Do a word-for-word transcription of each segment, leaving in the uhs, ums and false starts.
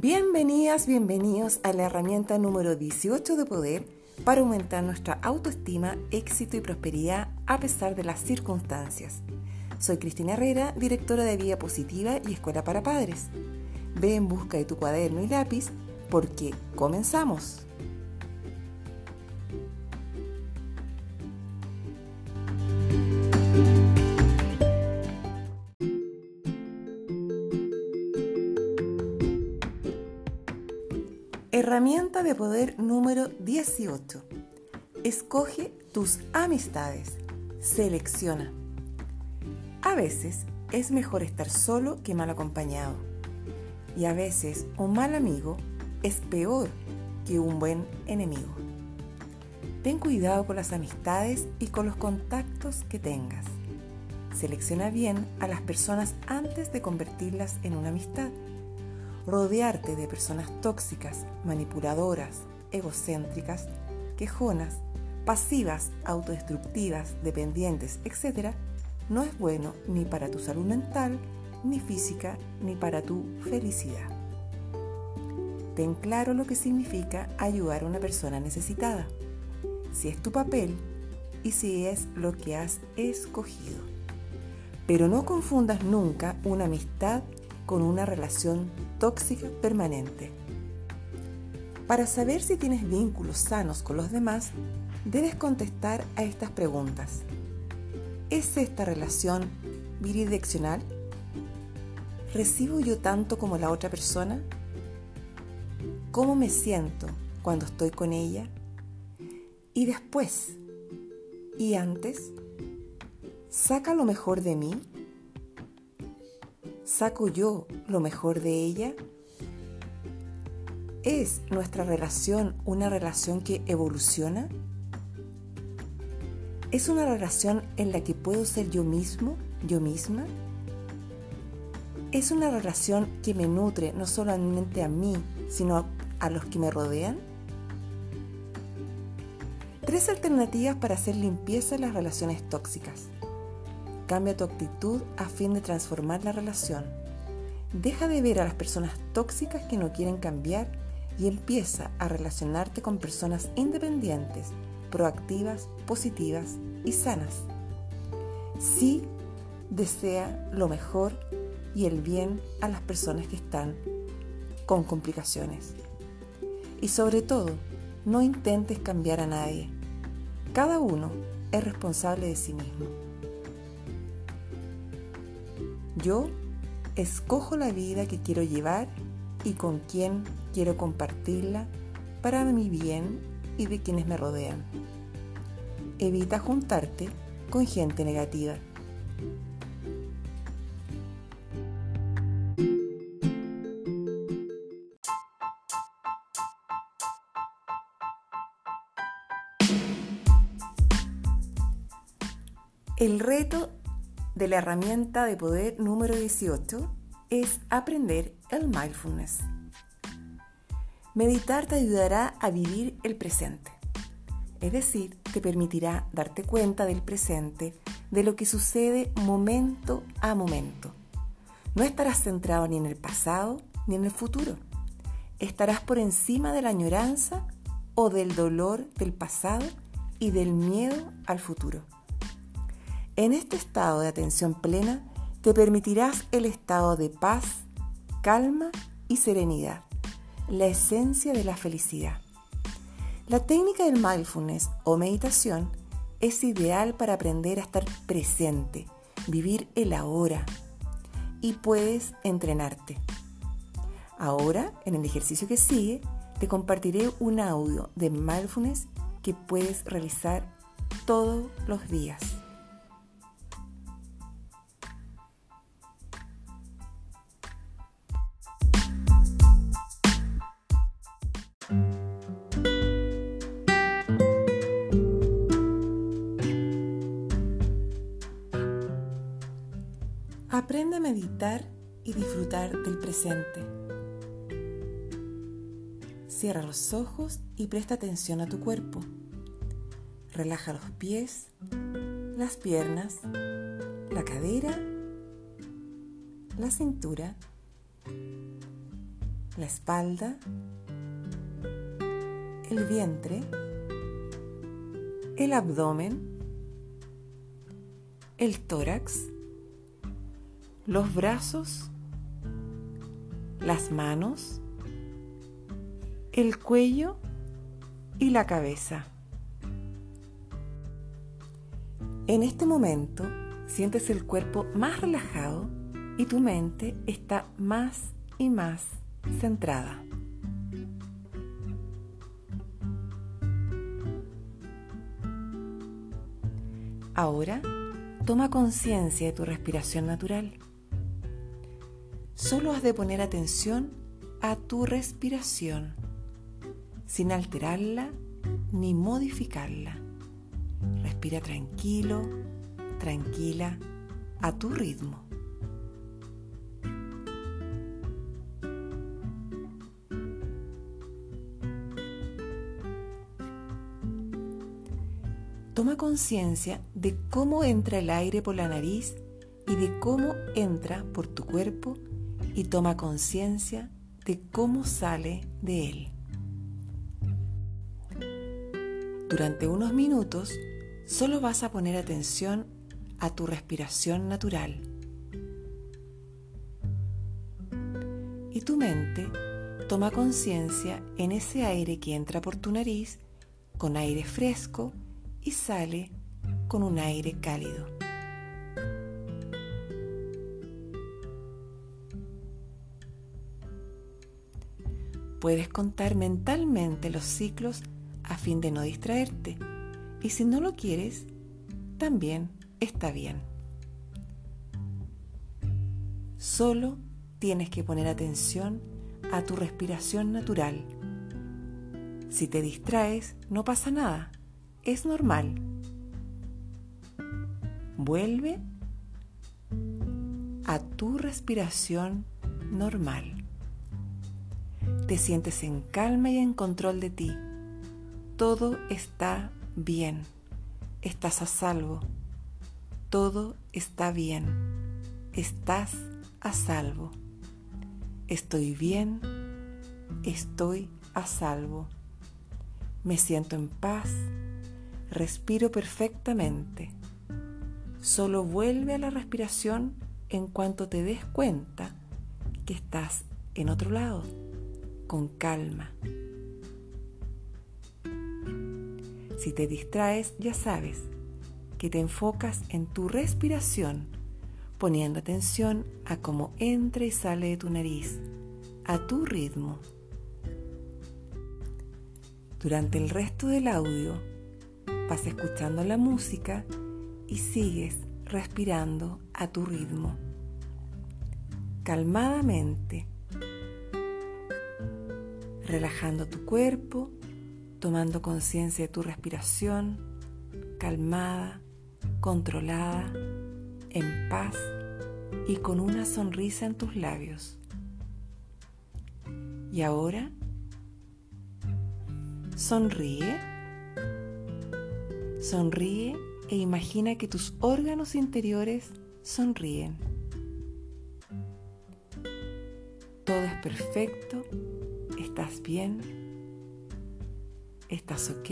Bienvenidas, bienvenidos a la herramienta número dieciocho de poder para aumentar nuestra autoestima, éxito y prosperidad a pesar de las circunstancias. Soy Cristina Herrera, directora de Vida Positiva y Escuela para Padres. Ve en busca de tu cuaderno y lápiz porque comenzamos. Herramienta de poder número dieciocho. Escoge tus amistades. Selecciona. A veces es mejor estar solo que mal acompañado. Y a veces un mal amigo es peor que un buen enemigo. Ten cuidado con las amistades y con los contactos que tengas. Selecciona bien a las personas antes de convertirlas en una amistad. Rodearte de personas tóxicas, manipuladoras, egocéntricas, quejonas, pasivas, autodestructivas, dependientes, etcétera, no es bueno ni para tu salud mental, ni física, ni para tu felicidad. Ten claro lo que significa ayudar a una persona necesitada, si es tu papel y si es lo que has escogido. Pero no confundas nunca una amistad con una relación tóxica permanente. Para saber si tienes vínculos sanos con los demás, debes contestar a estas preguntas. ¿Es esta relación bidireccional? ¿Recibo yo tanto como la otra persona? ¿Cómo me siento cuando estoy con ella? ¿Y después? ¿Y antes? ¿Saca lo mejor de mí? ¿Saco yo lo mejor de ella? ¿Es nuestra relación una relación que evoluciona? ¿Es una relación en la que puedo ser yo mismo, yo misma? ¿Es una relación que me nutre no solamente a mí, sino a los que me rodean? Tres alternativas para hacer limpieza en las relaciones tóxicas. Cambia tu actitud a fin de transformar la relación. Deja de ver a las personas tóxicas que no quieren cambiar y empieza a relacionarte con personas independientes, proactivas, positivas y sanas. Sí, desea lo mejor y el bien a las personas que están con complicaciones. Y sobre todo, no intentes cambiar a nadie. Cada uno es responsable de sí mismo. Yo escojo la vida que quiero llevar y con quién quiero compartirla para mi bien y de quienes me rodean. Evita juntarte con gente negativa. El reto de la herramienta de poder número dieciocho es aprender el mindfulness. Meditar te ayudará a vivir el presente, es decir, te permitirá darte cuenta del presente, de lo que sucede momento a momento. No estarás centrado ni en el pasado ni en el futuro. Estarás por encima de la añoranza o del dolor del pasado y del miedo al futuro. En este estado de atención plena, te permitirás el estado de paz, calma y serenidad, la esencia de la felicidad. La técnica del mindfulness o meditación es ideal para aprender a estar presente, vivir el ahora y puedes entrenarte. Ahora, en el ejercicio que sigue, te compartiré un audio de mindfulness que puedes realizar todos los días. Aprende a meditar y disfrutar del presente. Cierra los ojos y presta atención a tu cuerpo. Relaja los pies, las piernas, la cadera, la cintura la espalda, el vientre, el abdomen, el tórax, los brazos, las manos, el cuello y la cabeza. En este momento sientes el cuerpo más relajado y tu mente está más y más centrada. Ahora, toma conciencia de tu respiración natural. Solo has de poner atención a tu respiración, sin alterarla ni modificarla. Respira tranquilo, tranquila, a tu ritmo. Toma conciencia de cómo entra el aire por la nariz y de cómo entra por tu cuerpo y toma conciencia de cómo sale de él. Durante unos minutos solo vas a poner atención a tu respiración natural y tu mente toma conciencia en ese aire que entra por tu nariz con aire fresco y sale con un aire cálido. Puedes contar mentalmente los ciclos a fin de no distraerte, y si no lo quieres, también está bien. Solo tienes que poner atención a tu respiración natural. Si te distraes, no pasa nada. Es normal. Vuelve a tu respiración normal. Te sientes en calma y en control de ti. Todo está bien. Estás a salvo. Todo está bien. Estás a salvo. Estoy bien. Estoy a salvo. Me siento en paz. Respiro perfectamente. Solo vuelve a la respiración en cuanto te des cuenta que estás en otro lado, con calma. Si te distraes, ya sabes que te enfocas en tu respiración, poniendo atención a cómo entra y sale de tu nariz, a tu ritmo. Durante el resto del audio, vas escuchando la música y sigues respirando a tu ritmo, calmadamente, relajando tu cuerpo, tomando conciencia de tu respiración, calmada, controlada, en paz y con una sonrisa en tus labios. Y ahora, sonríe, sonríe e imagina que tus órganos interiores sonríen. Todo es perfecto, estás bien, estás ok,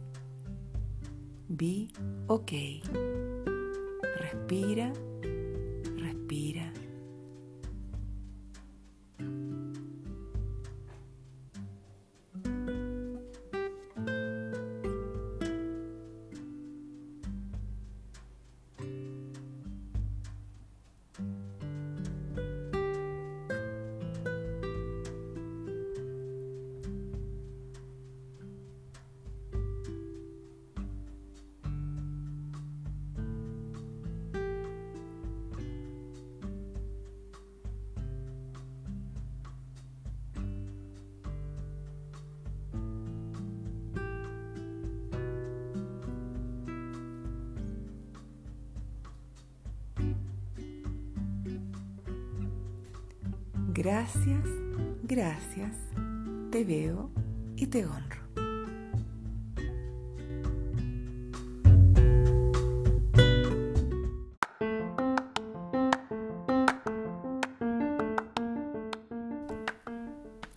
be ok. Respira, respira. Gracias, gracias, te veo y te honro.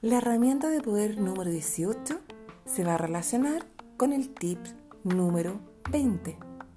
La herramienta de poder número dieciocho se va a relacionar con el tip número veinte.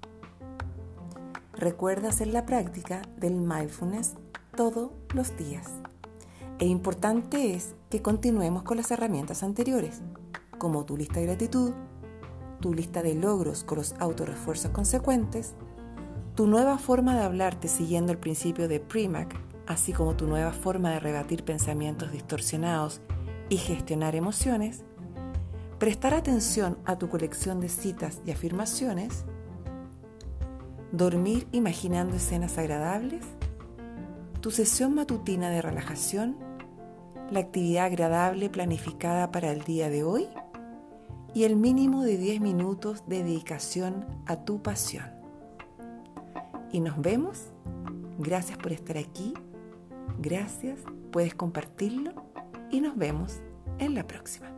Recuerda hacer la práctica del mindfulness todos los días. E importante es que continuemos con las herramientas anteriores, como tu lista de gratitud, tu lista de logros con los autorrefuerzos consecuentes, tu nueva forma de hablarte siguiendo el principio de Premack, así como tu nueva forma de rebatir pensamientos distorsionados y gestionar emociones, prestar atención a tu colección de citas y afirmaciones, dormir imaginando escenas agradables, tu sesión matutina de relajación, la actividad agradable planificada para el día de hoy y el mínimo de diez minutos de dedicación a tu pasión. Y nos vemos. Gracias por estar aquí. Gracias. Puedes compartirlo y nos vemos en la próxima.